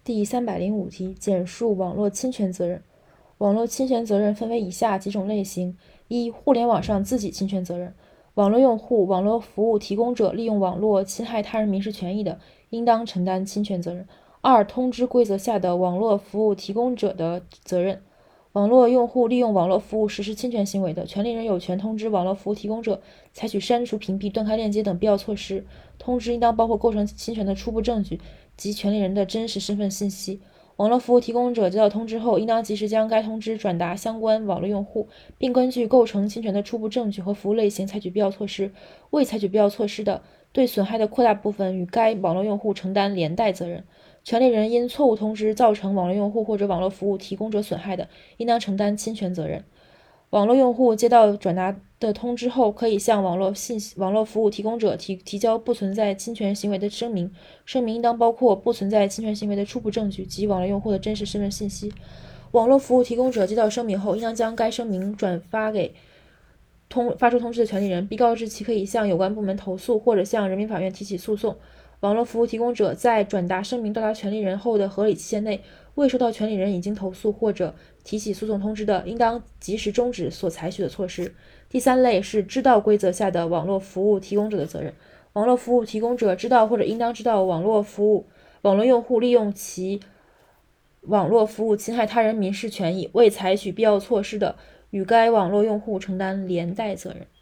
第305题，简述网络侵权责任。网络侵权责任分为以下几种类型：一、互联网上自己侵权责任。网络用户、网络服务提供者利用网络侵害他人民事权益的，应当承担侵权责任。二、通知规则下的网络服务提供者的责任。网络用户利用网络服务实施侵权行为的，权利人有权通知网络服务提供者采取删除、屏蔽、断开链接等必要措施。通知应当包括构成侵权的初步证据及权利人的真实身份信息。网络服务提供者接到通知后，应当及时将该通知转达相关网络用户，并根据构成侵权的初步证据和服务类型采取必要措施。未采取必要措施的，对损害的扩大部分与该网络用户承担连带责任。权利人因错误通知造成网络用户或者网络服务提供者损害的，应当承担侵权责任。网络用户接到转达的通知后，可以向网络服务提供者提交不存在侵权行为的声明，声明应当包括不存在侵权行为的初步证据及网络用户的真实身份信息。网络服务提供者接到声明后，应当将该声明转发给发出通知的权利人，并告知其可以向有关部门投诉或者向人民法院提起诉讼。网络服务提供者在转达声明到达权利人后的合理期限内，未收到权利人已经投诉或者提起诉讼通知的，应当及时终止所采取的措施。第三类是知道规则下的网络服务提供者的责任。网络服务提供者知道或者应当知道网络用户利用其网络服务侵害他人民事权益，未采取必要措施的，与该网络用户承担连带责任。